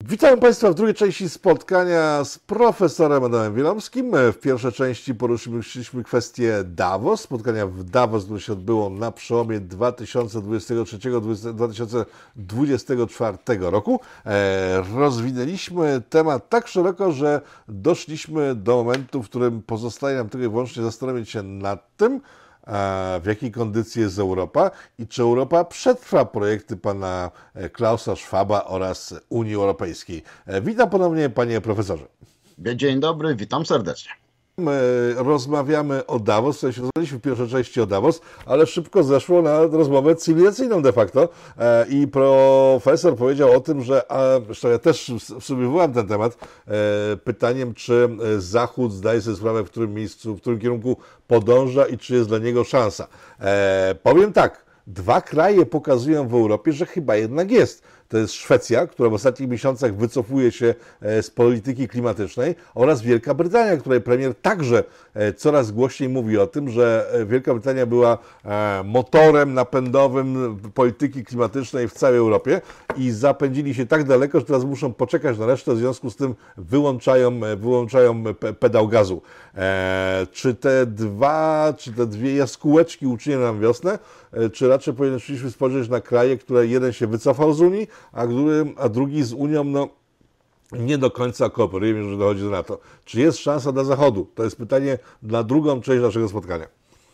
Witam Państwa w drugiej części spotkania z profesorem Adamem Wielomskim. W pierwszej części poruszyliśmy kwestię Davos, spotkania w Davos, które się odbyło na przełomie 2023-2024 roku. Rozwinęliśmy temat tak szeroko, że doszliśmy do momentu, w którym pozostaje nam tylko i wyłącznie zastanowić się nad tym, w jakiej kondycji jest Europa i czy Europa przetrwa projekty pana Klausa Schwaba oraz Unii Europejskiej. Witam ponownie, panie profesorze. Dzień dobry, witam serdecznie. Rozmawiamy o Davos, w sensie rozmawialiśmy w pierwszej części o Davos, ale szybko zeszło na rozmowę cywilizacyjną de facto i profesor powiedział o tym, że, zresztą ja też w sumie wywołałem ten temat, pytaniem, czy Zachód zdaje sobie sprawę, w którym miejscu, w którym kierunku podąża i czy jest dla niego szansa. Powiem tak, dwa kraje pokazują w Europie, że chyba jednak jest. To jest Szwecja, która w ostatnich miesiącach wycofuje się z polityki klimatycznej, oraz Wielka Brytania, której premier także coraz głośniej mówi o tym, że Wielka Brytania była motorem napędowym polityki klimatycznej w całej Europie i zapędzili się tak daleko, że teraz muszą poczekać na resztę, w związku z tym wyłączają pedał gazu. Czy te dwie jaskółeczki uczynią nam wiosnę, czy raczej powinniśmy spojrzeć na kraje, które jeden się wycofał z Unii, a drugi z Unią nie do końca kooperuje, jeżeli dochodzi do NATO. Czy jest szansa dla Zachodu? To jest pytanie na drugą część naszego spotkania.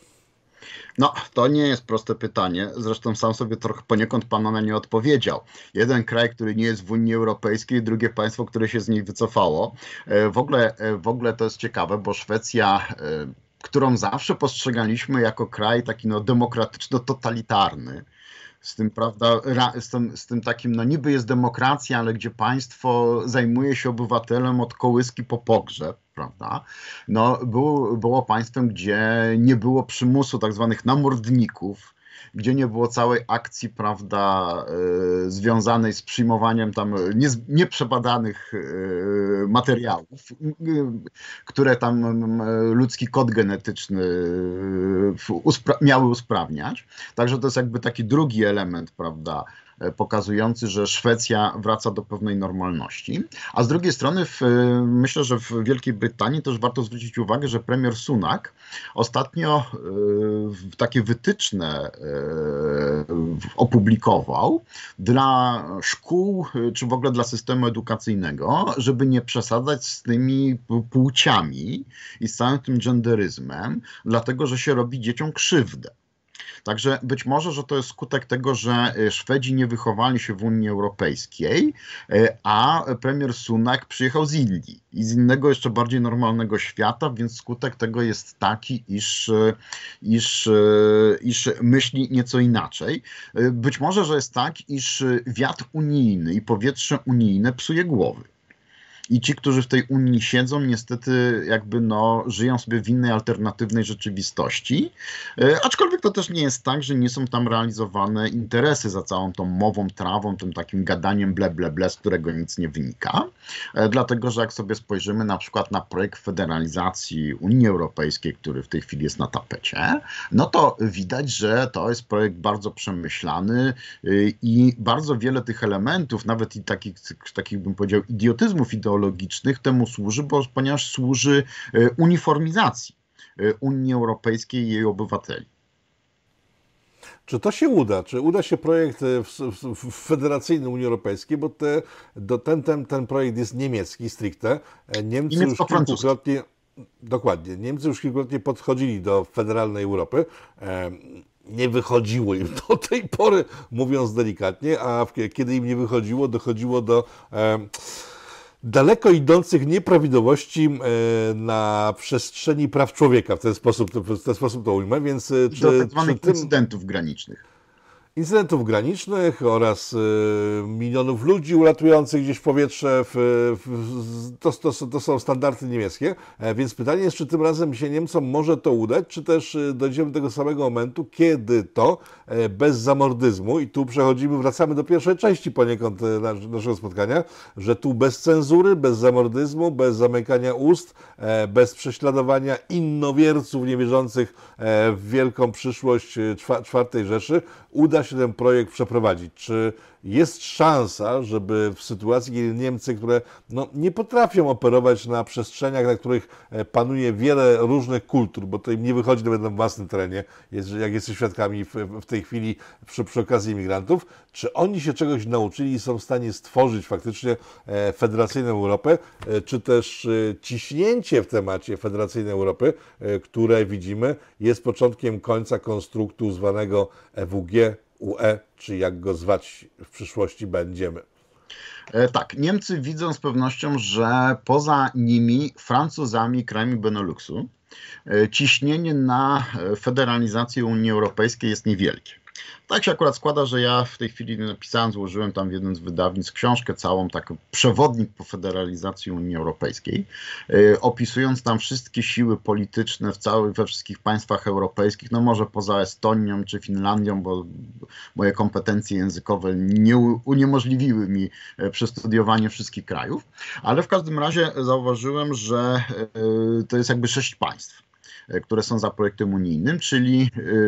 No, to nie jest proste pytanie. Zresztą sam sobie trochę poniekąd pan na nie odpowiedział. Jeden kraj, który nie jest w Unii Europejskiej, drugie państwo, które się z niej wycofało. W ogóle to jest ciekawe, bo Szwecja, którą zawsze postrzegaliśmy jako kraj taki demokratyczno-totalitarny, z tym, prawda, z tym takim, no niby jest demokracja, ale gdzie państwo zajmuje się obywatelem od kołyski po pogrzeb, prawda? No, było państwem, gdzie nie było przymusu tak zwanych namordników, gdzie nie było całej akcji, prawda, związanej z przyjmowaniem tam nieprzebadanych materiałów, które tam ludzki kod genetyczny miały usprawniać. Także to jest jakby taki drugi element, prawda, pokazujący, że Szwecja wraca do pewnej normalności. A z drugiej strony myślę, że w Wielkiej Brytanii też warto zwrócić uwagę, że premier Sunak ostatnio takie wytyczne opublikował dla szkół, czy w ogóle dla systemu edukacyjnego, żeby nie przesadzać z tymi płciami i z całym tym genderyzmem, dlatego że się robi dzieciom krzywdę. Także być może, że to jest skutek tego, że Szwedzi nie wychowali się w Unii Europejskiej, a premier Sunak przyjechał z Indii i z innego jeszcze bardziej normalnego świata, więc skutek tego jest taki, iż myśli nieco inaczej. Być może, że jest tak, iż wiatr unijny i powietrze unijne psuje głowy. I ci, którzy w tej Unii siedzą, niestety jakby żyją sobie w innej, alternatywnej rzeczywistości. Aczkolwiek to też nie jest tak, że nie są tam realizowane interesy za całą tą mową, trawą, tym takim gadaniem ble, ble, ble, z którego nic nie wynika. Dlatego, że jak sobie spojrzymy na przykład na projekt federalizacji Unii Europejskiej, który w tej chwili jest na tapecie, no to widać, że to jest projekt bardzo przemyślany i bardzo wiele tych elementów, nawet i takich bym powiedział idiotyzmów ideologicznych temu służy, ponieważ służy uniformizacji Unii Europejskiej i jej obywateli. Czy to się uda? Czy uda się projekt federacyjny Unii Europejskiej, bo ten projekt jest niemiecki stricte. Niemcy już kilkukrotnie, dokładnie, Niemcy już kilkukrotnie podchodzili do federalnej Europy. Nie wychodziło im do tej pory, mówiąc delikatnie, a kiedy im nie wychodziło, dochodziło do daleko idących nieprawidłowości na przestrzeni praw człowieka. W ten sposób to ujmę. Więc do tak zwanych incydentów granicznych. Incydentów granicznych oraz milionów ludzi ulatujących gdzieś w powietrze, to są standardy niemieckie, więc pytanie jest, czy tym razem się Niemcom może to udać, czy też dojdziemy do tego samego momentu, kiedy to bez zamordyzmu, i tu wracamy do pierwszej części poniekąd naszego spotkania, że tu bez cenzury, bez zamordyzmu, bez zamykania ust, bez prześladowania innowierców niewierzących w wielką przyszłość czwartej Rzeszy, uda się ten projekt przeprowadzić. Czy jest szansa, żeby w sytuacji, kiedy Niemcy, które nie potrafią operować na przestrzeniach, na których panuje wiele różnych kultur, bo to im nie wychodzi nawet na własnym terenie, jak jesteśmy świadkami w tej chwili przy okazji imigrantów, czy oni się czegoś nauczyli i są w stanie stworzyć faktycznie federacyjną Europę, czy też ciśnięcie w temacie federacyjnej Europy, które widzimy, jest początkiem końca konstruktu zwanego EWG, UE, czy jak go zwać w przyszłości będziemy. Tak, Niemcy widzą z pewnością, że poza nimi, Francuzami, krajami Beneluxu, ciśnienie na federalizację Unii Europejskiej jest niewielkie. Tak się akurat składa, że ja w tej chwili napisałem, złożyłem tam w jednym z wydawnictw książkę całą, taki przewodnik po federalizacji Unii Europejskiej, opisując tam wszystkie siły polityczne we wszystkich państwach europejskich, no może poza Estonią czy Finlandią, bo moje kompetencje językowe nie uniemożliwiły mi przestudiowanie wszystkich krajów, ale w każdym razie zauważyłem, że to jest jakby 6 państw, które są za projektem unijnym, czyli,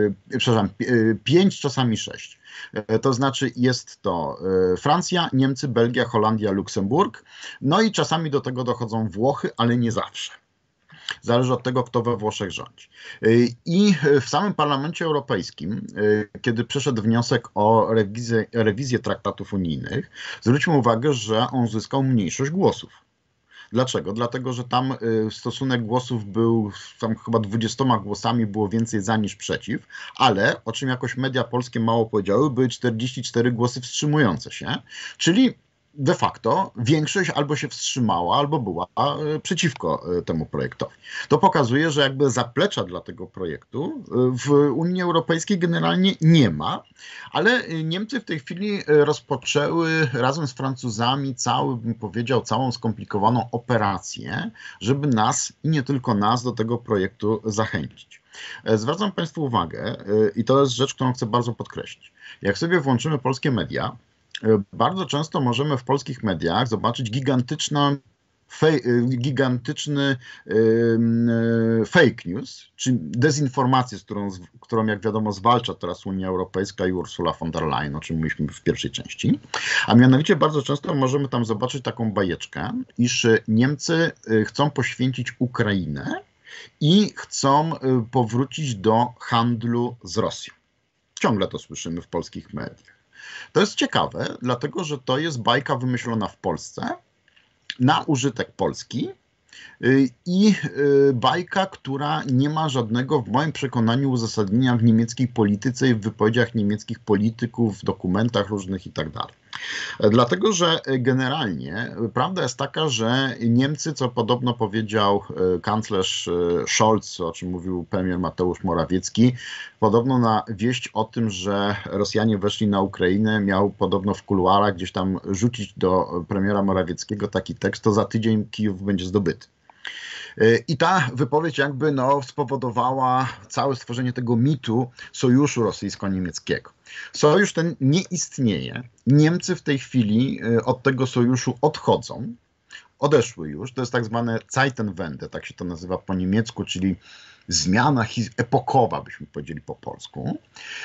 5, czasami 6. To znaczy jest to Francja, Niemcy, Belgia, Holandia, Luksemburg, no i czasami do tego dochodzą Włochy, ale nie zawsze. Zależy od tego, kto we Włoszech rządzi. I w samym Parlamencie Europejskim, kiedy przeszedł wniosek o rewizję traktatów unijnych, zwróćmy uwagę, że on uzyskał mniejszość głosów. Dlaczego? Dlatego, że tam stosunek głosów był, tam chyba 20 głosami było więcej za niż przeciw, ale, o czym jakoś media polskie mało powiedziały, były 44 głosy wstrzymujące się, czyli de facto większość albo się wstrzymała, albo była przeciwko temu projektowi. To pokazuje, że jakby zaplecza dla tego projektu w Unii Europejskiej generalnie nie ma, ale Niemcy w tej chwili rozpoczęły razem z Francuzami bym powiedział, całą skomplikowaną operację, żeby nas i nie tylko nas do tego projektu zachęcić. Zwracam Państwu uwagę, i to jest rzecz, którą chcę bardzo podkreślić. Jak sobie włączymy polskie media, bardzo często możemy w polskich mediach zobaczyć gigantyczny fake news, czyli dezinformację, którą jak wiadomo zwalcza teraz Unia Europejska i Ursula von der Leyen, o czym mówiliśmy w pierwszej części. A mianowicie bardzo często możemy tam zobaczyć taką bajeczkę, iż Niemcy chcą poświęcić Ukrainę i chcą powrócić do handlu z Rosją. Ciągle to słyszymy w polskich mediach. To jest ciekawe, dlatego że to jest bajka wymyślona w Polsce na użytek Polski i bajka, która nie ma żadnego, w moim przekonaniu, uzasadnienia w niemieckiej polityce i w wypowiedziach niemieckich polityków, w dokumentach różnych itd. Dlatego, że generalnie prawda jest taka, że Niemcy, co podobno powiedział kanclerz Scholz, o czym mówił premier Mateusz Morawiecki, podobno na wieść o tym, że Rosjanie weszli na Ukrainę, miał podobno w kuluarach gdzieś tam rzucić do premiera Morawieckiego taki tekst, to za tydzień Kijów będzie zdobyty. I ta wypowiedź jakby spowodowała całe stworzenie tego mitu sojuszu rosyjsko-niemieckiego. Sojusz ten nie istnieje. Niemcy w tej chwili od tego sojuszu odchodzą. Odeszły już. To jest tak zwane Zeitenwende, tak się to nazywa po niemiecku, czyli zmiana epokowa, byśmy powiedzieli po polsku.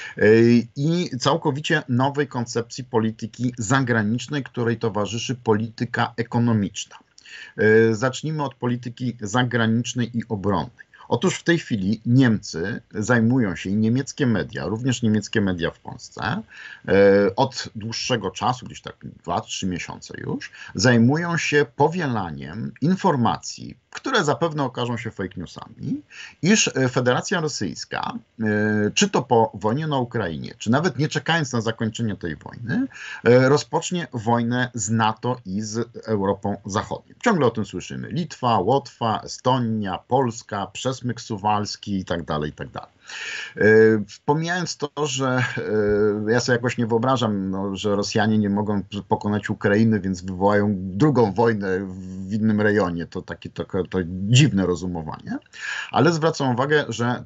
I całkowicie nowej koncepcji polityki zagranicznej, której towarzyszy polityka ekonomiczna. Zacznijmy od polityki zagranicznej i obronnej. Otóż w tej chwili Niemcy zajmują się, i niemieckie media, również niemieckie media w Polsce, od dłuższego czasu, gdzieś tak 2-3 miesiące już, zajmują się powielaniem informacji, które zapewne okażą się fake newsami, iż Federacja Rosyjska, czy to po wojnie na Ukrainie, czy nawet nie czekając na zakończenie tej wojny, rozpocznie wojnę z NATO i z Europą Zachodnią. Ciągle o tym słyszymy. Litwa, Łotwa, Estonia, Polska, przesmyk suwalski itd., itd. Pomijając to, że ja sobie jakoś nie wyobrażam, że Rosjanie nie mogą pokonać Ukrainy, więc wywołają drugą wojnę w innym rejonie. To takie to dziwne rozumowanie. Ale zwracam uwagę, że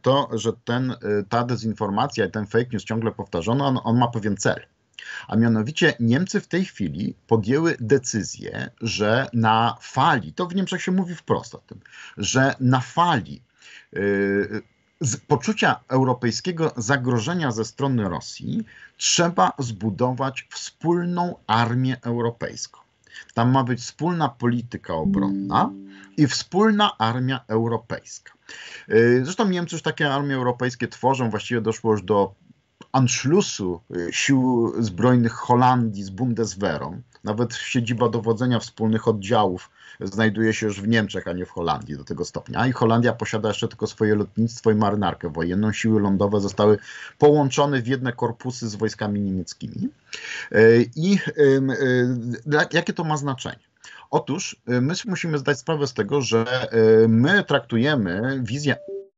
ta dezinformacja i ten fake news ciągle powtarzano, on ma pewien cel. A mianowicie Niemcy w tej chwili podjęły decyzję, że na fali, to w Niemczech się mówi wprost o tym, że na fali z poczucia europejskiego zagrożenia ze strony Rosji trzeba zbudować wspólną armię europejską. Tam ma być wspólna polityka obronna i wspólna armia europejska. Zresztą Niemcy już takie armie europejskie tworzą, właściwie doszło już do Anschlussu sił zbrojnych Holandii z Bundeswehrą. Nawet siedziba dowodzenia wspólnych oddziałów znajduje się już w Niemczech, a nie w Holandii do tego stopnia. I Holandia posiada jeszcze tylko swoje lotnictwo i marynarkę wojenną. Siły lądowe zostały połączone w jedne korpusy z wojskami niemieckimi. I jakie to ma znaczenie? Otóż my musimy zdać sprawę z tego, że my traktujemy wizję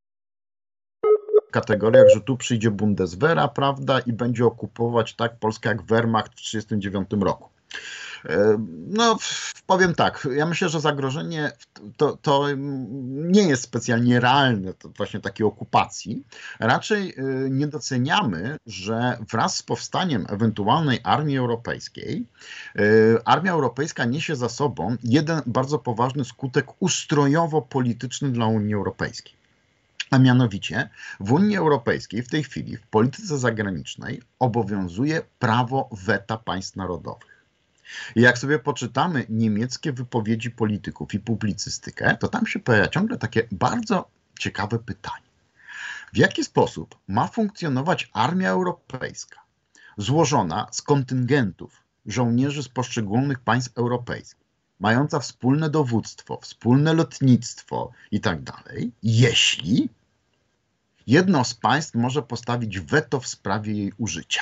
w kategoriach, że tu przyjdzie Bundeswehra, prawda, i będzie okupować tak Polskę jak Wehrmacht w 1939 roku. No, powiem tak, ja myślę, że zagrożenie to nie jest specjalnie realne, to właśnie takiej okupacji. Raczej nie doceniamy, że wraz z powstaniem ewentualnej armii europejskiej, armia europejska niesie za sobą jeden bardzo poważny skutek ustrojowo-polityczny dla Unii Europejskiej. A mianowicie w Unii Europejskiej w tej chwili w polityce zagranicznej obowiązuje prawo weta państw narodowych. I jak sobie poczytamy niemieckie wypowiedzi polityków i publicystykę, to tam się pojawia ciągle takie bardzo ciekawe pytanie. W jaki sposób ma funkcjonować armia europejska, złożona z kontyngentów żołnierzy z poszczególnych państw europejskich, mająca wspólne dowództwo, wspólne lotnictwo i tak dalej, jeśli jedno z państw może postawić weto w sprawie jej użycia?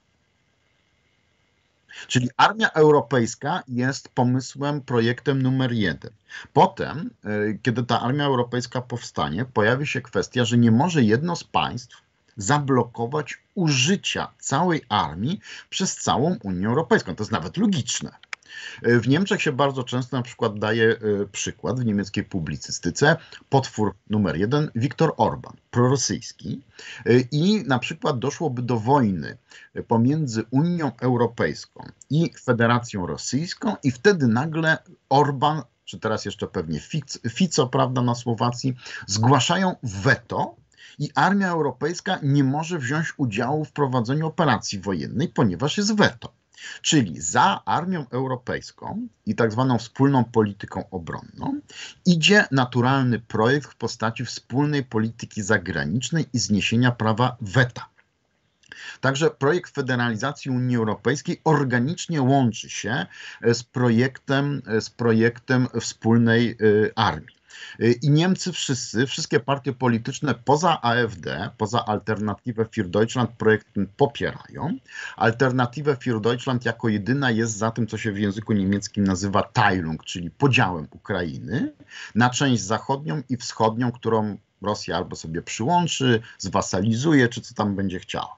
Czyli armia europejska jest pomysłem, projektem numer jeden. Potem, kiedy ta armia europejska powstanie, pojawi się kwestia, że nie może jedno z państw zablokować użycia całej armii przez całą Unię Europejską. To jest nawet logiczne. W Niemczech się bardzo często na przykład daje przykład w niemieckiej publicystyce, potwór numer jeden, Viktor Orban, prorosyjski, i na przykład doszłoby do wojny pomiędzy Unią Europejską i Federacją Rosyjską i wtedy nagle Orban, czy teraz jeszcze pewnie Fico, prawda, na Słowacji, zgłaszają weto i armia europejska nie może wziąć udziału w prowadzeniu operacji wojennej, ponieważ jest weto. Czyli za armią europejską i tak zwaną wspólną polityką obronną idzie naturalny projekt w postaci wspólnej polityki zagranicznej i zniesienia prawa weta. Także projekt federalizacji Unii Europejskiej organicznie łączy się z projektem wspólnej armii. I Niemcy wszystkie partie polityczne poza AfD, poza Alternatywę für Deutschland projekt ten popierają. Alternatywę für Deutschland jako jedyna jest za tym, co się w języku niemieckim nazywa Teilung, czyli podziałem Ukrainy na część zachodnią i wschodnią, którą Rosja albo sobie przyłączy, zwasalizuje, czy co tam będzie chciała.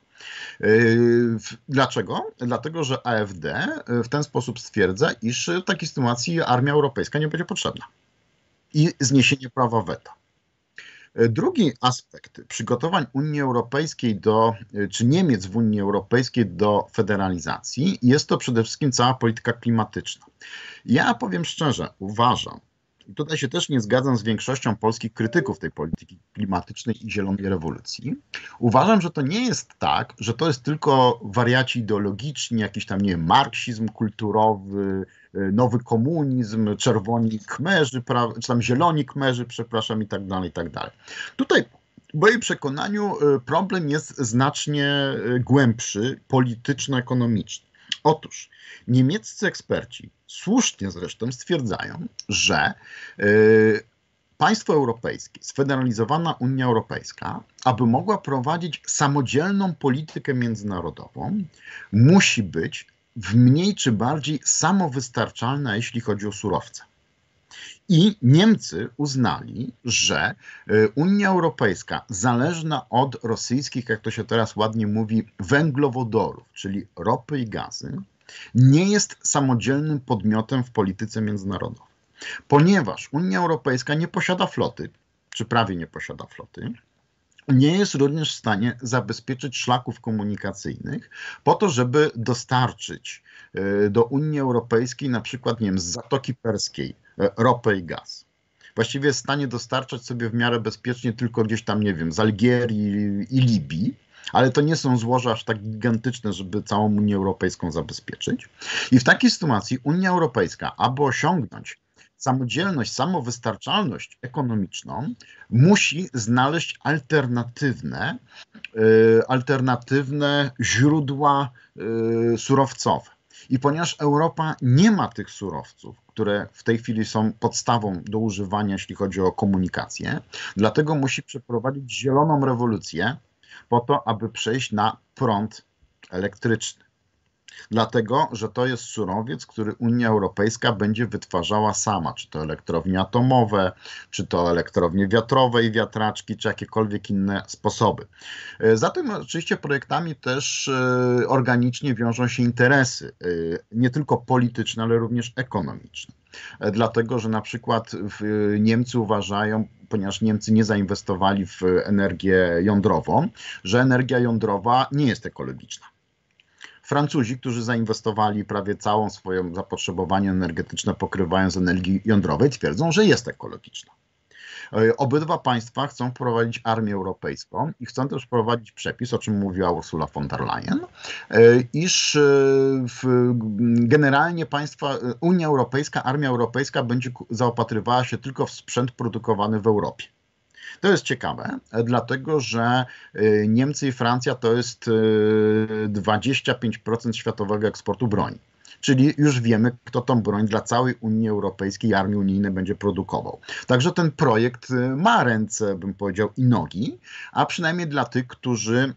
Dlaczego? Dlatego, że AfD w ten sposób stwierdza, iż w takiej sytuacji armia europejska nie będzie potrzebna. I zniesienie prawa weta. Drugi aspekt przygotowań Unii Europejskiej czy Niemiec w Unii Europejskiej do federalizacji jest to przede wszystkim cała polityka klimatyczna. Ja powiem szczerze, uważam, i tutaj się też nie zgadzam z większością polskich krytyków tej polityki klimatycznej i zielonej rewolucji. Uważam, że to nie jest tak, że to jest tylko wariaci ideologiczni, jakiś tam, nie wiem, marksizm kulturowy, nowy komunizm, czerwoni kmerzy, czy tam zieloni kmerzy, przepraszam, i tak dalej, i tak dalej. Tutaj w moim przekonaniu problem jest znacznie głębszy, polityczno-ekonomiczny. Otóż niemieccy eksperci, słusznie zresztą, stwierdzają, że państwo europejskie, sfederalizowana Unia Europejska, aby mogła prowadzić samodzielną politykę międzynarodową, musi być w mniej czy bardziej samowystarczalna, jeśli chodzi o surowce. I Niemcy uznali, że Unia Europejska zależna od rosyjskich, jak to się teraz ładnie mówi, węglowodorów, czyli ropy i gazy, nie jest samodzielnym podmiotem w polityce międzynarodowej. Ponieważ Unia Europejska nie posiada floty, czy prawie nie posiada floty, nie jest również w stanie zabezpieczyć szlaków komunikacyjnych po to, żeby dostarczyć do Unii Europejskiej na przykład, nie wiem, z Zatoki Perskiej ropę i gaz. właściwie jest w stanie dostarczać sobie w miarę bezpiecznie tylko gdzieś tam, nie wiem, z Algierii i Libii, ale to nie są złoża aż tak gigantyczne, żeby całą Unię Europejską zabezpieczyć. I w takiej sytuacji Unia Europejska, aby osiągnąć samodzielność, samowystarczalność ekonomiczną, musi znaleźć alternatywne źródła surowcowe. I ponieważ Europa nie ma tych surowców, które w tej chwili są podstawą do używania, jeśli chodzi o komunikację, dlatego musi przeprowadzić zieloną rewolucję po to, aby przejść na prąd elektryczny. Dlatego, że to jest surowiec, który Unia Europejska będzie wytwarzała sama, czy to elektrownie atomowe, czy to elektrownie wiatrowe i wiatraczki, czy jakiekolwiek inne sposoby. Za tym oczywiście projektami też organicznie wiążą się interesy, nie tylko polityczne, ale również ekonomiczne. Dlatego, że na przykład Niemcy uważają, ponieważ Niemcy nie zainwestowali w energię jądrową, że energia jądrowa nie jest ekologiczna. Francuzi, którzy zainwestowali prawie całą swoją zapotrzebowanie energetyczne, pokrywając z energii jądrowej, twierdzą, że jest ekologiczna. Obydwa państwa chcą wprowadzić armię europejską i chcą też wprowadzić przepis, o czym mówiła Ursula von der Leyen, iż generalnie Unia Europejska, armia europejska będzie zaopatrywała się tylko w sprzęt produkowany w Europie. To jest ciekawe, dlatego że Niemcy i Francja to jest 25% światowego eksportu broni. Czyli już wiemy, kto tą broń dla całej Unii Europejskiej i armii unijnej będzie produkował. Także ten projekt ma ręce, bym powiedział, i nogi, a przynajmniej dla tych, którzy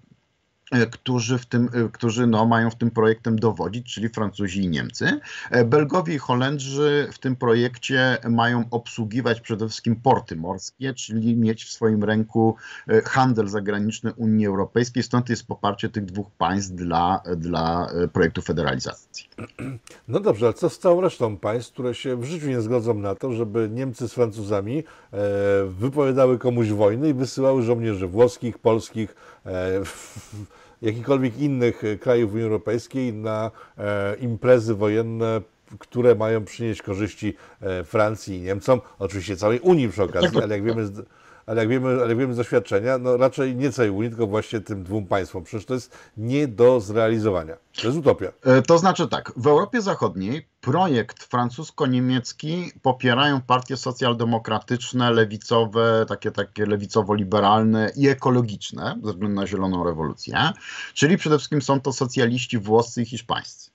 mają w tym projektem dowodzić, czyli Francuzi i Niemcy. Belgowie i Holendrzy w tym projekcie mają obsługiwać przede wszystkim porty morskie, czyli mieć w swoim ręku handel zagraniczny Unii Europejskiej. Stąd jest poparcie tych dwóch państw dla projektu federalizacji. No dobrze, ale co z całą resztą państw, które się w życiu nie zgodzą na to, żeby Niemcy z Francuzami wypowiadały komuś wojny i wysyłały żołnierzy włoskich, polskich, jakichkolwiek innych krajów Unii Europejskiej na imprezy wojenne, które mają przynieść korzyści Francji i Niemcom, oczywiście całej Unii przy okazji, ale jak wiemy z doświadczenia, no raczej nie całej Unii, tylko właśnie tym dwóm państwom. Przecież to jest nie do zrealizowania. To jest utopia. To znaczy tak, w Europie Zachodniej projekt francusko-niemiecki popierają partie socjaldemokratyczne, lewicowe, takie lewicowo-liberalne i ekologiczne, ze względu na zieloną rewolucję, czyli przede wszystkim są to socjaliści włoscy i hiszpańscy.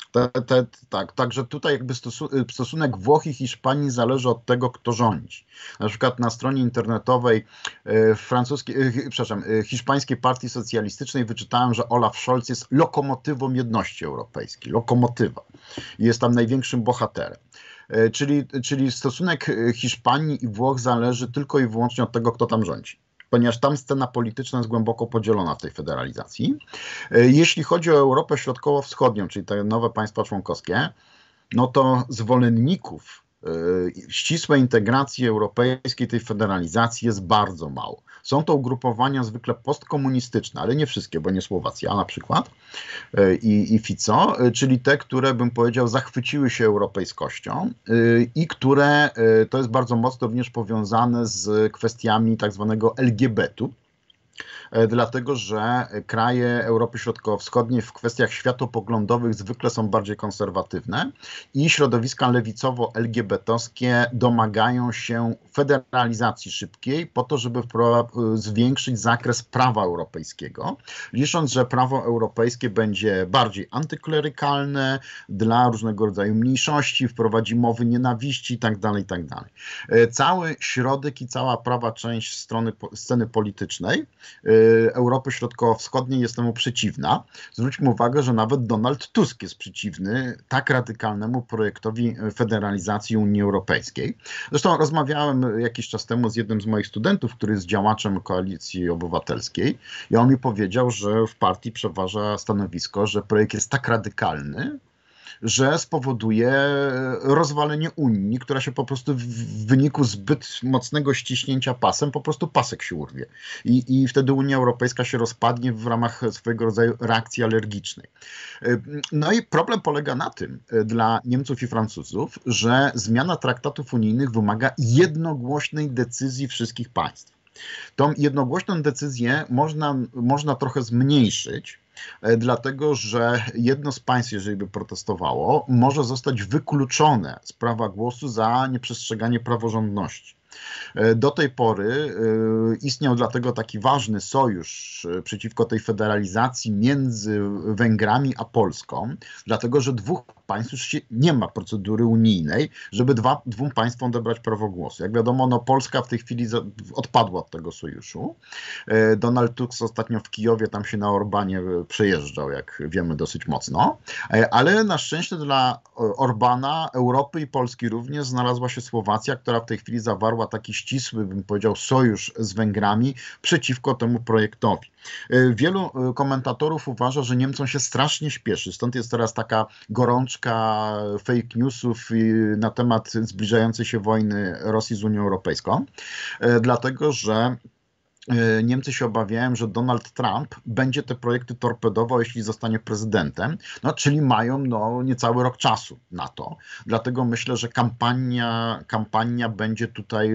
Także tutaj jakby stosunek Włoch i Hiszpanii zależy od tego, kto rządzi. Na przykład na stronie internetowej hiszpańskiej Partii Socjalistycznej wyczytałem, że Olaf Scholz jest lokomotywą jedności europejskiej. Lokomotywa. I jest tam największym bohaterem. Czyli stosunek Hiszpanii i Włoch zależy tylko i wyłącznie od tego, kto tam rządzi, ponieważ tam scena polityczna jest głęboko podzielona w tej federalizacji. Jeśli chodzi o Europę Środkowo-Wschodnią, czyli te nowe państwa członkowskie, no to zwolenników ścisłej integracji europejskiej, tej federalizacji jest bardzo mało. Są to ugrupowania zwykle postkomunistyczne, ale nie wszystkie, bo nie Słowacja na przykład i Fico, czyli te, które bym powiedział zachwyciły się europejskością i które, to jest bardzo mocno również powiązane z kwestiami tak zwanego LGBT-u, dlatego że kraje Europy Środkowo-Wschodniej w kwestiach światopoglądowych zwykle są bardziej konserwatywne i środowiska lewicowo-LGBT-owskie domagają się federalizacji szybkiej po to, żeby zwiększyć zakres prawa europejskiego, licząc, że prawo europejskie będzie bardziej antyklerykalne dla różnego rodzaju mniejszości, wprowadzi mowy nienawiści itd., itd. Cały środek i cała prawa część sceny politycznej Europy Środkowo-Wschodniej jest temu przeciwna. Zwróćmy uwagę, że nawet Donald Tusk jest przeciwny tak radykalnemu projektowi federalizacji Unii Europejskiej. Zresztą rozmawiałem jakiś czas temu z jednym z moich studentów, który jest działaczem Koalicji Obywatelskiej i on mi powiedział, że w partii przeważa stanowisko, że projekt jest tak radykalny, że spowoduje rozwalenie Unii, która się po prostu w wyniku zbyt mocnego ściśnięcia pasem, po prostu pasek się urwie. I wtedy Unia Europejska się rozpadnie w ramach swojego rodzaju reakcji alergicznej. No i problem polega na tym dla Niemców i Francuzów, że zmiana traktatów unijnych wymaga jednogłośnej decyzji wszystkich państw. Tą jednogłośną decyzję można trochę zmniejszyć, dlatego że jedno z państw, jeżeli by protestowało, może zostać wykluczone z prawa głosu za nieprzestrzeganie praworządności. Do tej pory istniał dlatego taki ważny sojusz przeciwko tej federalizacji między Węgrami a Polską, dlatego że dwóch państw już nie ma procedury unijnej, żeby dwóm państwom odebrać prawo głosu. Jak wiadomo, no Polska w tej chwili odpadła od tego sojuszu. Donald Tusk ostatnio w Kijowie tam się na Orbanie przejeżdżał, jak wiemy, dosyć mocno, ale na szczęście dla Orbana, Europy i Polski również znalazła się Słowacja, która w tej chwili zawarła taki ścisły, bym powiedział, sojusz z Węgrami przeciwko temu projektowi. Wielu komentatorów uważa, że Niemcom się strasznie śpieszy, stąd jest teraz taka gorączka fake newsów na temat zbliżającej się wojny Rosji z Unią Europejską, dlatego że Niemcy się obawiają, że Donald Trump będzie te projekty torpedował, jeśli zostanie prezydentem, no, czyli mają niecały rok czasu na to. Dlatego myślę, że kampania będzie tutaj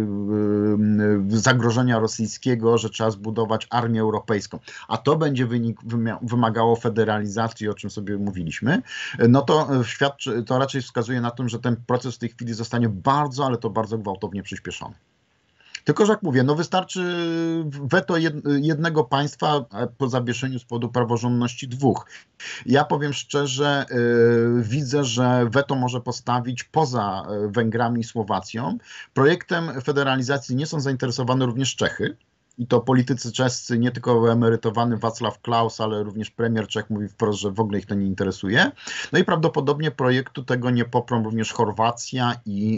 zagrożenia rosyjskiego, że trzeba zbudować armię europejską, a to będzie wymagało federalizacji, o czym sobie mówiliśmy, no to raczej wskazuje na to, że ten proces w tej chwili zostanie bardzo, ale to bardzo gwałtownie przyspieszony. Tylko, że jak mówię, no wystarczy weto jednego państwa po zawieszeniu z powodu praworządności dwóch. Ja powiem szczerze, widzę, że weto może postawić poza Węgrami i Słowacją. Projektem federalizacji nie są zainteresowane również Czechy. I to politycy czescy, nie tylko emerytowany Václav Klaus, ale również premier Czech mówi wprost, że w ogóle ich to nie interesuje. No i prawdopodobnie projektu tego nie poprą również Chorwacja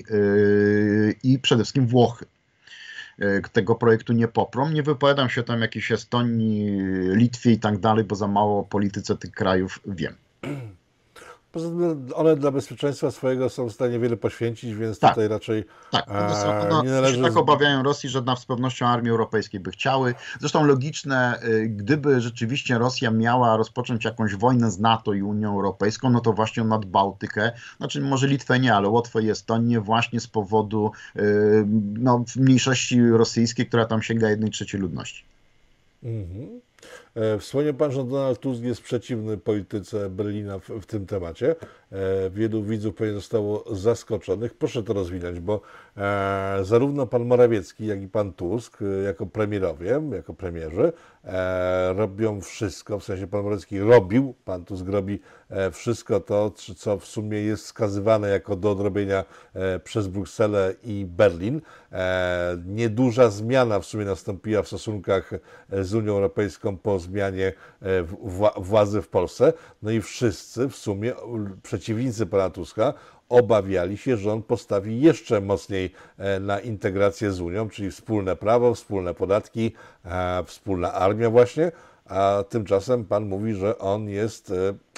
i przede wszystkim Włochy. Tego projektu nie poprą. Nie wypowiadam się tam jakiejś Estonii, Litwie i tak dalej, bo za mało o polityce tych krajów wiem. Poza tym one dla bezpieczeństwa swojego są w stanie wiele poświęcić, więc tak, tutaj raczej nie należy... się tak obawiają Rosji, że z pewnością armii europejskiej by chciały. Zresztą logiczne, gdyby rzeczywiście Rosja miała rozpocząć jakąś wojnę z NATO i Unią Europejską, no to właśnie nad Bałtykę, znaczy może Litwę nie, ale Łotwę i Estonię właśnie z powodu mniejszości rosyjskiej, która tam sięga 1/3 ludności. Mhm. Wspomniał Pan, że Donald Tusk jest przeciwny polityce Berlina w tym temacie. Wielu widzów pewnie zostało zaskoczonych. Proszę to rozwinąć, bo zarówno pan Morawiecki, jak i pan Tusk, jako premierzy, robią wszystko, w sensie pan Morawiecki robił, pan Tusk robi wszystko to, co w sumie jest wskazywane jako do odrobienia przez Brukselę i Berlin. Nieduża zmiana w sumie nastąpiła w stosunkach z Unią Europejską po zmianie władzy w Polsce. No i wszyscy w sumie przeciwnicy pana Tuska obawiali się, że on postawi jeszcze mocniej na integrację z Unią, czyli wspólne prawo, wspólne podatki, wspólna armia właśnie, a tymczasem pan mówi, że on jest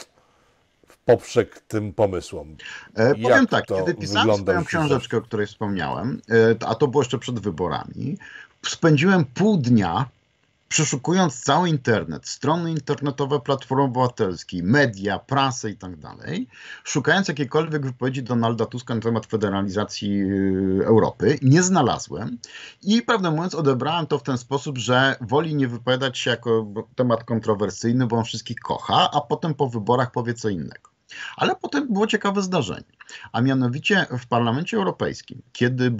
w poprzek tym pomysłom. Powiem tak, kiedy pisałem swoją książeczkę, o której wspomniałem, a to było jeszcze przed wyborami, spędziłem pół dnia przeszukując cały internet, strony internetowe Platformy Obywatelskiej, media, prasę i tak dalej, szukając jakiejkolwiek wypowiedzi Donalda Tuska na temat federalizacji Europy, nie znalazłem i prawdę mówiąc odebrałem to w ten sposób, że woli nie wypowiadać się jako temat kontrowersyjny, bo on wszystkich kocha, a potem po wyborach powie co innego. Ale potem było ciekawe zdarzenie, a mianowicie w Parlamencie Europejskim, kiedy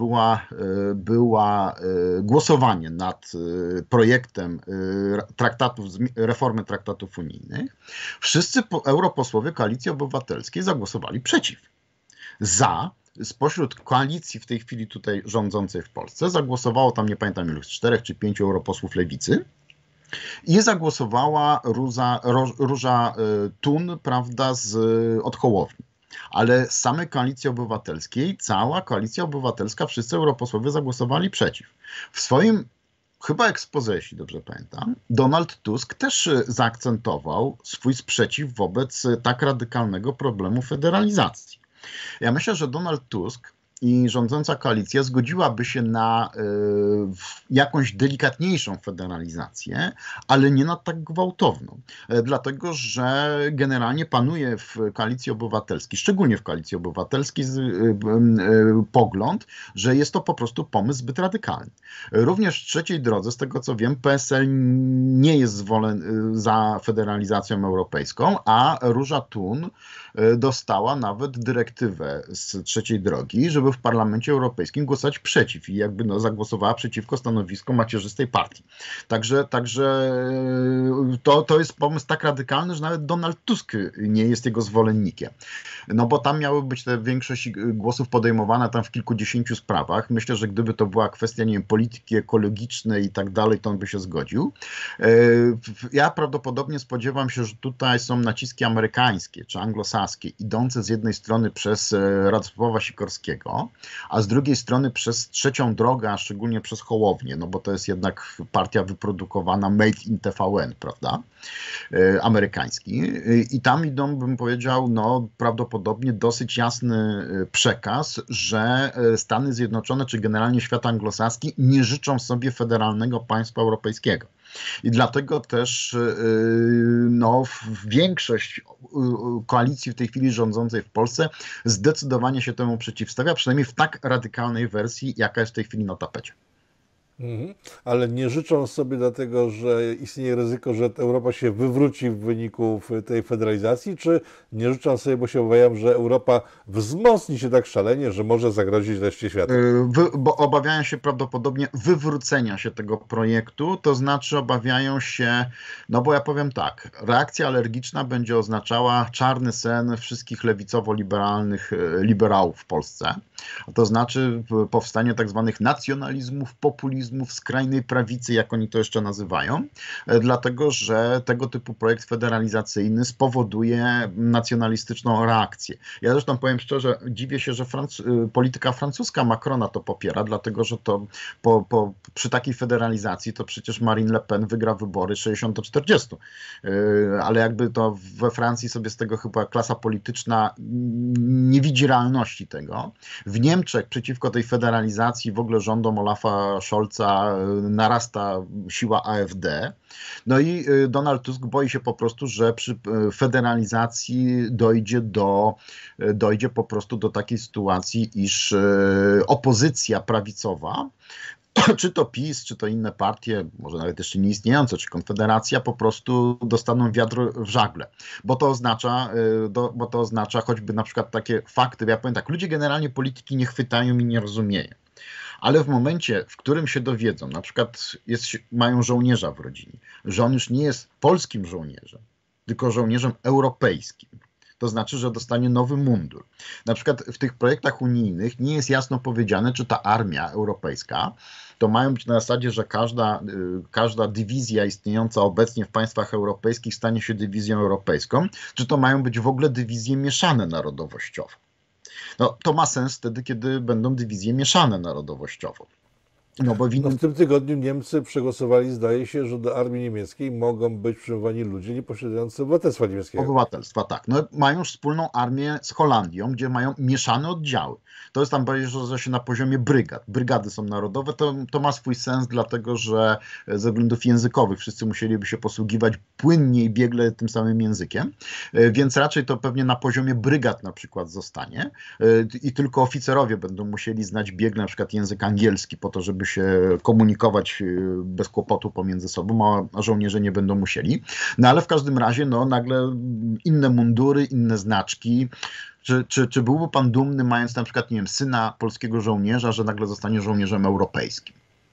była głosowanie nad projektem reformy traktatów unijnych, wszyscy europosłowie Koalicji Obywatelskiej zagłosowali przeciw. Spośród koalicji w tej chwili tutaj rządzącej w Polsce zagłosowało tam, nie pamiętam ilu, 4 czy 5 europosłów lewicy, i zagłosowała Róża Thun, prawda, od Hołowni. Ale z samej Koalicji Obywatelskiej, cała Koalicja Obywatelska, wszyscy europosłowie zagłosowali przeciw. W swoim chyba exposé, jeśli dobrze pamiętam, Donald Tusk też zaakcentował swój sprzeciw wobec tak radykalnego problemu federalizacji. Ja myślę, że Donald Tusk i rządząca koalicja zgodziłaby się na jakąś delikatniejszą federalizację, ale nie na tak gwałtowną. Dlatego, że generalnie panuje w Koalicji Obywatelskiej, szczególnie w Koalicji Obywatelskiej, pogląd, że jest to po prostu pomysł zbyt radykalny. Również w trzeciej drodze, z tego co wiem, PSL nie jest za federalizacją europejską, a Róża Thun dostała nawet dyrektywę z trzeciej drogi, żeby w Parlamencie Europejskim głosować przeciw i jakby zagłosowała przeciwko stanowisku macierzystej partii. Także to jest pomysł tak radykalny, że nawet Donald Tusk nie jest jego zwolennikiem. No bo tam miały być te większość głosów podejmowana tam w kilkudziesięciu sprawach. Myślę, że gdyby to była kwestia, nie wiem, polityki ekologicznej i tak dalej, to on by się zgodził. Ja prawdopodobnie spodziewam się, że tutaj są naciski amerykańskie czy anglosaskie, idące z jednej strony przez Radosława Sikorskiego, a z drugiej strony przez trzecią drogę, a szczególnie przez Hołownię, no bo to jest jednak partia wyprodukowana made in TVN, prawda, amerykański. I tam idą, bym powiedział, no prawdopodobnie dosyć jasny przekaz, że Stany Zjednoczone, czy generalnie świat anglosaski nie życzą sobie federalnego państwa europejskiego. I dlatego też no, większość koalicji w tej chwili rządzącej w Polsce zdecydowanie się temu przeciwstawia, przynajmniej w tak radykalnej wersji, jaka jest w tej chwili na tapecie. Ale nie życzą sobie dlatego, że istnieje ryzyko, że Europa się wywróci w wyniku tej federalizacji, czy nie życzą sobie, bo się obawiają, że Europa wzmocni się tak szalenie, że może zagrozić reszcie świata? Bo obawiają się prawdopodobnie wywrócenia się tego projektu, to znaczy obawiają się, no bo ja powiem tak, reakcja alergiczna będzie oznaczała czarny sen wszystkich lewicowo-liberalnych liberałów w Polsce. To znaczy powstanie tak zwanych nacjonalizmów, populizmów, skrajnej prawicy, jak oni to jeszcze nazywają, dlatego że tego typu projekt federalizacyjny spowoduje nacjonalistyczną reakcję. Ja zresztą powiem szczerze, dziwię się, że polityka francuska Macrona to popiera, dlatego że to przy takiej federalizacji to przecież Marine Le Pen wygra wybory 60-40. Ale jakby to we Francji sobie z tego chyba klasa polityczna nie widzi realności tego. W Niemczech przeciwko tej federalizacji w ogóle rządom Olafa Scholza narasta siła AfD. No i Donald Tusk boi się po prostu, że przy federalizacji dojdzie po prostu do takiej sytuacji, iż opozycja prawicowa, czy to PiS, czy to inne partie, może nawet jeszcze nieistniejące, czy Konfederacja, po prostu dostaną wiatr w żagle. Bo to oznacza choćby na przykład takie fakty, ja powiem tak, ludzie generalnie polityki nie chwytają i nie rozumieją. Ale w momencie, w którym się dowiedzą, na przykład mają żołnierza w rodzinie, że on już nie jest polskim żołnierzem, tylko żołnierzem europejskim, to znaczy, że dostanie nowy mundur. Na przykład w tych projektach unijnych nie jest jasno powiedziane, czy ta armia europejska to mają być na zasadzie, że każda dywizja istniejąca obecnie w państwach europejskich stanie się dywizją europejską, czy to mają być w ogóle dywizje mieszane narodowościowo. No, to ma sens wtedy, kiedy będą dywizje mieszane narodowościowo. No w tym tygodniu Niemcy przegłosowali, zdaje się, że do armii niemieckiej mogą być przyjmowani ludzie nieposiadający obywatelstwa niemieckiego. Obywatelstwa, tak. No, mają już wspólną armię z Holandią, gdzie mają mieszane oddziały. To jest tam bardziej, że się na poziomie brygad. Brygady są narodowe, to ma swój sens, dlatego że ze względów językowych wszyscy musieliby się posługiwać płynnie i biegle tym samym językiem, więc raczej to pewnie na poziomie brygad na przykład zostanie i tylko oficerowie będą musieli znać biegle na przykład język angielski po to, żeby się komunikować bez kłopotu pomiędzy sobą, a żołnierze nie będą musieli. No ale w każdym razie no, nagle inne mundury, inne znaczki. Czy byłby pan dumny, mając na przykład, nie wiem, syna polskiego żołnierza, że nagle zostanie żołnierzem europejskim?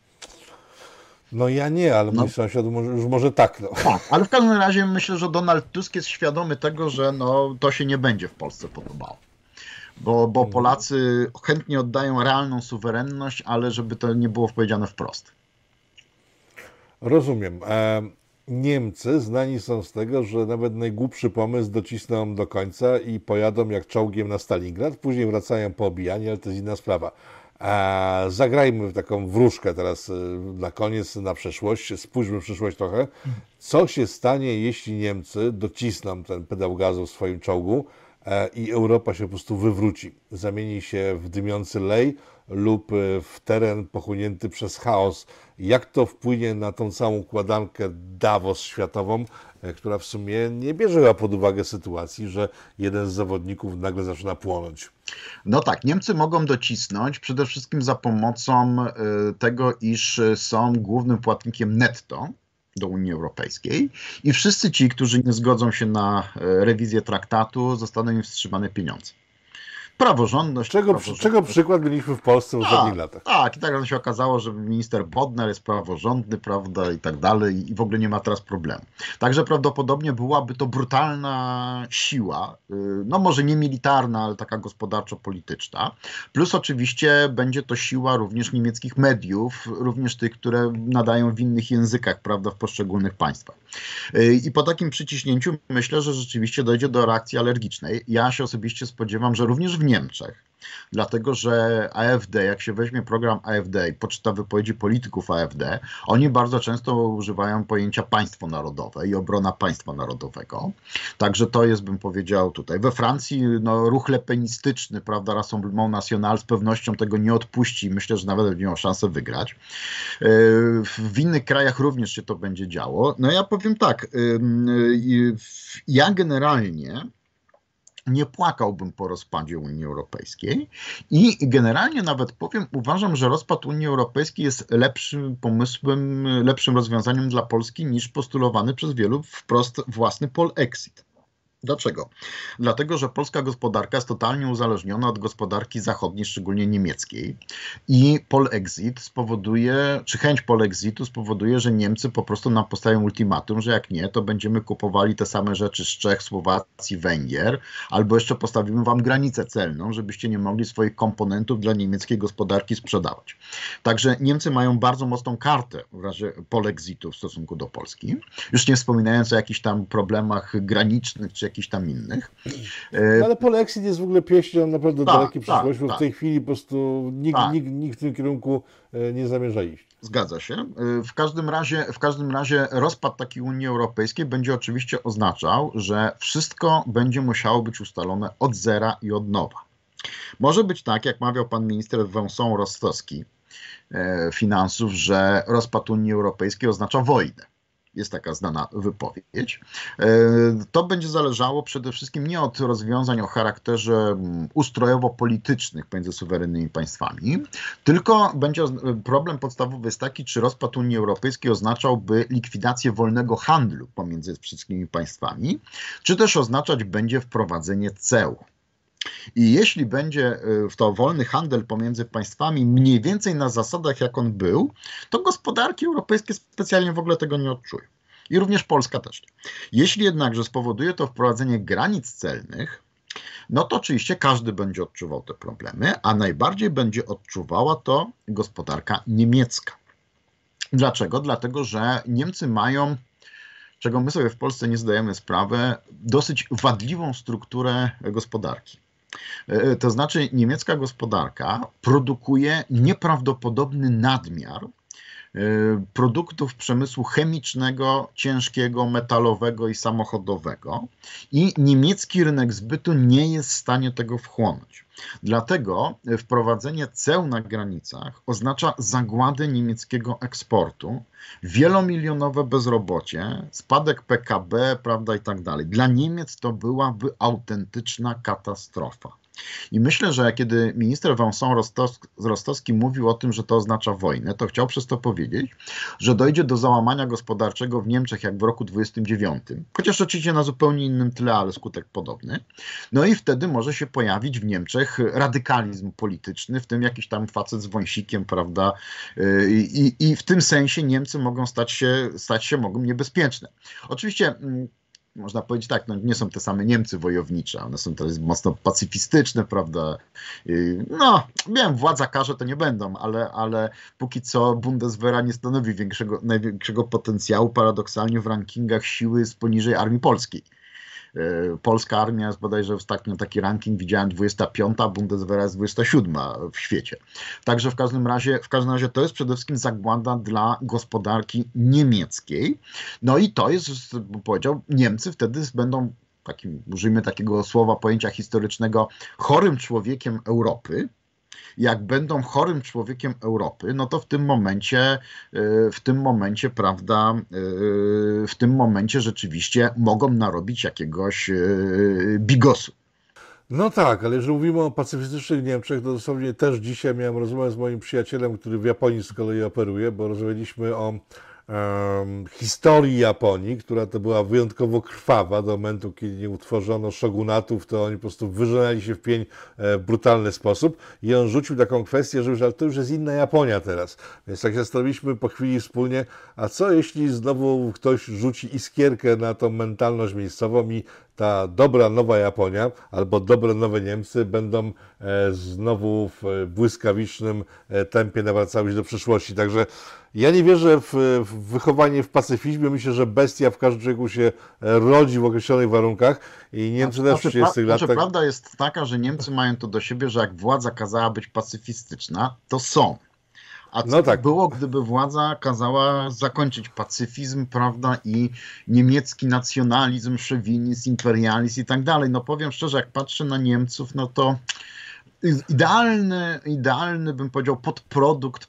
No ja nie, ale mój sąsiad już może tak. No. Tak, ale w każdym razie myślę, że Donald Tusk jest świadomy tego, że no, to się nie będzie w Polsce podobało. Bo Polacy chętnie oddają realną suwerenność, ale żeby to nie było powiedziane wprost. Rozumiem. Niemcy znani są z tego, że nawet najgłupszy pomysł docisną do końca i pojadą jak czołgiem na Stalingrad, później wracają po obijanie, ale to jest inna sprawa. Zagrajmy w taką wróżkę teraz na koniec, na przeszłość. Spójrzmy w przyszłość trochę. Co się stanie, jeśli Niemcy docisną ten pedał gazu w swoim czołgu i Europa się po prostu wywróci? Zamieni się w dymiący lej lub w teren pochłonięty przez chaos. Jak to wpłynie na tą całą układankę Davos światową, która w sumie nie bierze pod uwagę sytuacji, że jeden z zawodników nagle zaczyna płonąć? No tak, Niemcy mogą docisnąć przede wszystkim za pomocą tego, iż są głównym płatnikiem netto do Unii Europejskiej i wszyscy ci, którzy nie zgodzą się na rewizję traktatu, zostaną im wstrzymane pieniądze. Praworządność. Czego przykład mieliśmy w Polsce w ostatnich latach? Tak, i tak się okazało, że minister Bodnar jest praworządny, prawda, i tak dalej, i w ogóle nie ma teraz problemu. Także prawdopodobnie byłaby to brutalna siła, no może nie militarna, ale taka gospodarczo-polityczna. Plus oczywiście będzie to siła również niemieckich mediów, również tych, które nadają w innych językach, prawda, w poszczególnych państwach. I po takim przyciśnięciu myślę, że rzeczywiście dojdzie do reakcji alergicznej. Ja się osobiście spodziewam, że również w Niemczech, dlatego że AfD, jak się weźmie program AfD i poczyta wypowiedzi polityków AfD, oni bardzo często używają pojęcia państwo narodowe i obrona państwa narodowego. Także to jest, bym powiedział, tutaj. We Francji no, ruch lepenistyczny, prawda, Rassemblement National z pewnością tego nie odpuści. Myślę, że nawet będzie miał szansę wygrać. W innych krajach również się to będzie działo. No ja powiem tak, ja generalnie nie płakałbym po rozpadzie Unii Europejskiej i generalnie nawet powiem, uważam, że rozpad Unii Europejskiej jest lepszym pomysłem, lepszym rozwiązaniem dla Polski niż postulowany przez wielu wprost własny polexit. Dlaczego? Dlatego, że polska gospodarka jest totalnie uzależniona od gospodarki zachodniej, szczególnie niemieckiej i polexit spowoduje, czy chęć polexitu spowoduje, że Niemcy po prostu nam postawią ultimatum, że jak nie, to będziemy kupowali te same rzeczy z Czech, Słowacji, Węgier, albo jeszcze postawimy wam granicę celną, żebyście nie mogli swoich komponentów dla niemieckiej gospodarki sprzedawać. Także Niemcy mają bardzo mocną kartę w razie polexitu w stosunku do Polski, już nie wspominając o jakichś tam problemach granicznych, czy jakichś tam innych. No, ale polexit jest w ogóle pieśnią naprawdę dalekiej przyszłości, bo w tej chwili po prostu nikt w tym kierunku nie zamierza iść. Zgadza się. W każdym razie rozpad takiej Unii Europejskiej będzie oczywiście oznaczał, że wszystko będzie musiało być ustalone od zera i od nowa. Może być tak, jak mawiał pan minister Wąsą-Rostowski finansów, że rozpad Unii Europejskiej oznacza wojnę. Jest taka znana wypowiedź. To będzie zależało przede wszystkim nie od rozwiązań o charakterze ustrojowo-politycznych między suwerennymi państwami, tylko będzie problem podstawowy jest taki, czy rozpad Unii Europejskiej oznaczałby likwidację wolnego handlu pomiędzy wszystkimi państwami, czy też oznaczać będzie wprowadzenie ceł. I jeśli będzie w to wolny handel pomiędzy państwami mniej więcej na zasadach, jak on był, to gospodarki europejskie specjalnie w ogóle tego nie odczują. I również Polska też. Jeśli jednakże spowoduje to wprowadzenie granic celnych, no to oczywiście każdy będzie odczuwał te problemy, a najbardziej będzie odczuwała to gospodarka niemiecka. Dlaczego? Dlatego, że Niemcy mają, czego my sobie w Polsce nie zdajemy sprawy, dosyć wadliwą strukturę gospodarki. To znaczy niemiecka gospodarka produkuje nieprawdopodobny nadmiar produktów przemysłu chemicznego, ciężkiego, metalowego i samochodowego i niemiecki rynek zbytu nie jest w stanie tego wchłonąć. Dlatego wprowadzenie ceł na granicach oznacza zagładę niemieckiego eksportu, wielomilionowe bezrobocie, spadek PKB, prawda, i tak dalej. Dla Niemiec to byłaby autentyczna katastrofa. I myślę, że kiedy minister Wąsą-Rostowski mówił o tym, że to oznacza wojnę, to chciał przez to powiedzieć, że dojdzie do załamania gospodarczego w Niemczech jak w roku 29, chociaż oczywiście na zupełnie innym tle, ale skutek podobny. No i wtedy może się pojawić w Niemczech radykalizm polityczny, w tym jakiś tam facet z wąsikiem, prawda, i w tym sensie Niemcy mogą stać się mogą niebezpieczne. Oczywiście można powiedzieć tak, no nie są te same Niemcy wojownicze, one są teraz mocno pacyfistyczne, prawda. No, wiem, władza każe, to nie będą, ale póki co Bundeswehra nie stanowi największego potencjału paradoksalnie w rankingach siły z poniżej armii polskiej. Polska armia jest bodajże ostatnio taki ranking widziałem 25, a Bundeswehr jest 27 w świecie. Także w każdym razie to jest przede wszystkim zagłada dla gospodarki niemieckiej. No i to jest, bym powiedział, Niemcy wtedy będą użyjmy takiego słowa, pojęcia historycznego, chorym człowiekiem Europy. Jak będą chorym człowiekiem Europy, no to w tym momencie, prawda, w tym momencie rzeczywiście mogą narobić jakiegoś bigosu. No tak, ale jeżeli mówimy o pacyfistycznych Niemczech, to dosłownie też dzisiaj miałem rozmowę z moim przyjacielem, który w Japonii z kolei operuje, bo rozmawialiśmy o historii Japonii, która to była wyjątkowo krwawa do momentu, kiedy nie utworzono shogunatów, to oni po prostu wyżynali się w pień w brutalny sposób i on rzucił taką kwestię, że to już jest inna Japonia teraz. Więc tak się zastanowiliśmy po chwili wspólnie, a co jeśli znowu ktoś rzuci iskierkę na tą mentalność miejscową i ta dobra nowa Japonia albo dobre nowe Niemcy będą znowu w błyskawicznym tempie nawracały się do przyszłości. Także ja nie wierzę w wychowanie w pacyfizmie. Myślę, że bestia w każdym człowieku się rodzi w określonych warunkach i Niemcy też w 30 latach... Prawda jest taka, że Niemcy mają to do siebie, że jak władza kazała być pacyfistyczna, to są. A co by było, gdyby władza kazała zakończyć pacyfizm, prawda, i niemiecki nacjonalizm, szowinizm, imperializm i tak dalej. No powiem szczerze, jak patrzę na Niemców, no to idealny bym powiedział podprodukt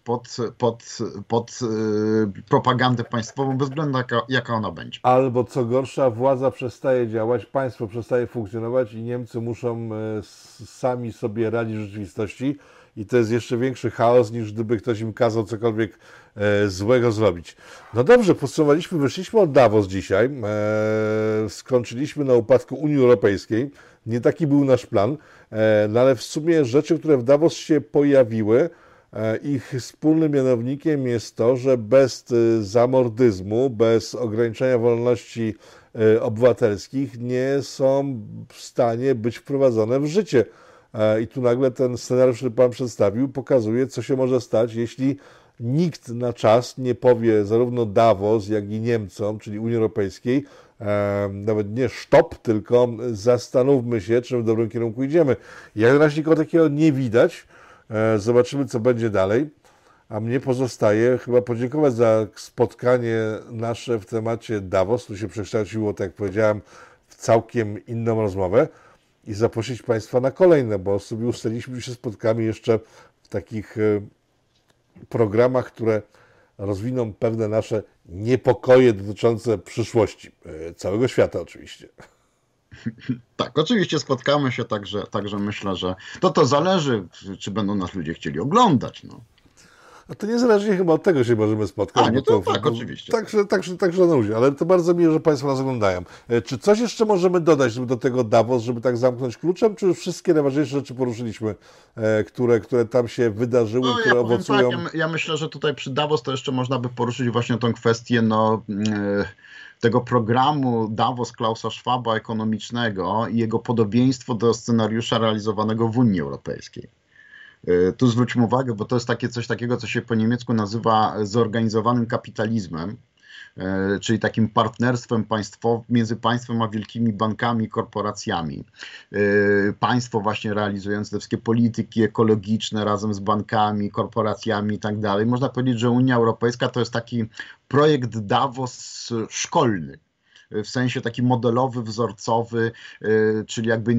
pod propagandę państwową, bez względu jaka ona będzie. Albo co gorsza, władza przestaje działać, państwo przestaje funkcjonować i Niemcy muszą sami sobie radzić w rzeczywistości. I to jest jeszcze większy chaos, niż gdyby ktoś im kazał cokolwiek złego zrobić. No dobrze, podsumowaliśmy, wyszliśmy od Davos dzisiaj, skończyliśmy na upadku Unii Europejskiej. Nie taki był nasz plan, no ale w sumie rzeczy, które w Davos się pojawiły, ich wspólnym mianownikiem jest to, że bez zamordyzmu, bez ograniczenia wolności obywatelskich nie są w stanie być wprowadzone w życie. I tu nagle ten scenariusz, który Pan przedstawił, pokazuje, co się może stać, jeśli nikt na czas nie powie zarówno Davos, jak i Niemcom, czyli Unii Europejskiej, nawet nie stop, tylko zastanówmy się, czy w dobrym kierunku idziemy. Jak na razie nikogo takiego nie widać. Zobaczymy, co będzie dalej. A mnie pozostaje chyba podziękować za spotkanie nasze w temacie Davos, które się przekształciło, tak jak powiedziałem, w całkiem inną rozmowę. I zaprosić Państwa na kolejne, bo sobie ustaliliśmy, że się spotkamy jeszcze w takich programach, które rozwiną pewne nasze niepokoje dotyczące przyszłości. Całego świata oczywiście. Tak, oczywiście spotkamy się, także myślę, że to zależy, czy będą nas ludzie chcieli oglądać. No. A to niezależnie chyba od tego się możemy spotkać. Tak, oczywiście. Także na ludzie, ale to bardzo miło, że Państwo nas oglądają. Czy coś jeszcze możemy dodać do tego Davos, żeby tak zamknąć kluczem, czy już wszystkie najważniejsze rzeczy poruszyliśmy, które tam się wydarzyły, które owocują? Tak, ja myślę, że tutaj przy Davos to jeszcze można by poruszyć właśnie tą kwestię tego programu Davos Klausa Schwaba ekonomicznego i jego podobieństwo do scenariusza realizowanego w Unii Europejskiej. Tu zwróćmy uwagę, bo to jest coś takiego, co się po niemiecku nazywa zorganizowanym kapitalizmem, czyli takim partnerstwem między państwem a wielkimi bankami i korporacjami. Państwo właśnie realizujące te wszystkie polityki ekologiczne razem z bankami, korporacjami i tak dalej. Można powiedzieć, że Unia Europejska to jest taki projekt Davos szkolny. W sensie taki modelowy, wzorcowy, czyli jakby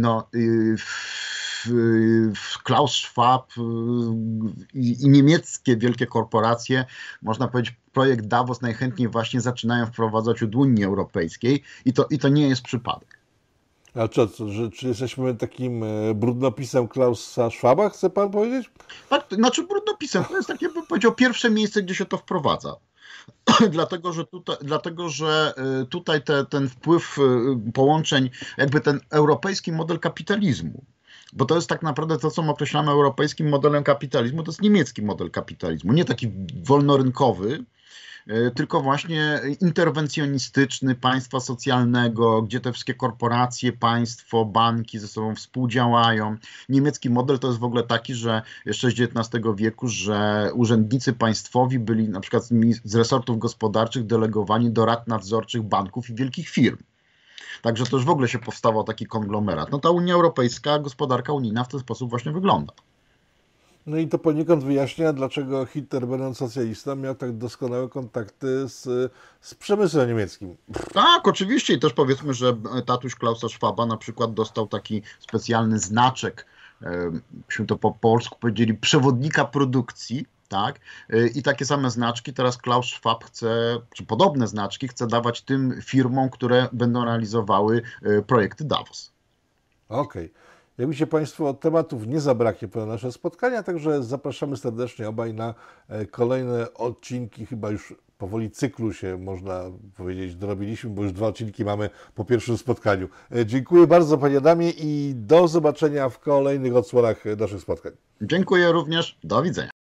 Klaus Schwab i niemieckie wielkie korporacje, można powiedzieć, projekt Davos najchętniej właśnie zaczynają wprowadzać od Unii Europejskiej i to nie jest przypadek. A czy jesteśmy takim brudnopisem Klausa Schwaba, chce Pan powiedzieć? Tak, znaczy brudnopisem, to jest takie, bym powiedział, pierwsze miejsce, gdzie się to wprowadza. Dlatego, że tutaj ten wpływ połączeń, jakby ten europejski model kapitalizmu, bo to jest tak naprawdę to, co my określamy europejskim modelem kapitalizmu, to jest niemiecki model kapitalizmu, nie taki wolnorynkowy, tylko właśnie interwencjonistyczny, państwa socjalnego, gdzie te wszystkie korporacje, państwo, banki ze sobą współdziałają. Niemiecki model to jest w ogóle taki, że jeszcze z XIX wieku, że urzędnicy państwowi byli na przykład z resortów gospodarczych delegowani do rad nadzorczych banków i wielkich firm. Także to już w ogóle się powstawał taki konglomerat. No ta Unia Europejska, gospodarka unijna w ten sposób właśnie wygląda. No i to poniekąd wyjaśnia, dlaczego Hitler, będąc socjalistą, miał tak doskonałe kontakty z przemysłem niemieckim. Tak, oczywiście i też powiedzmy, że tatuś Klausa Schwaba na przykład dostał taki specjalny znaczek, byśmy to po polsku powiedzieli, przewodnika produkcji, tak? I takie same znaczki teraz Klaus Schwab chce, czy podobne znaczki chce dawać tym firmom, które będą realizowały projekty Davos. Okej. Jak widzicie Państwo, tematów nie zabraknie po nasze spotkania, także zapraszamy serdecznie obaj na kolejne odcinki, chyba już powoli cyklu się, można powiedzieć, dorobiliśmy, bo już 2 odcinki mamy po pierwszym spotkaniu. Dziękuję bardzo Panie Adamie i do zobaczenia w kolejnych odsłonach naszych spotkań. Dziękuję również, do widzenia.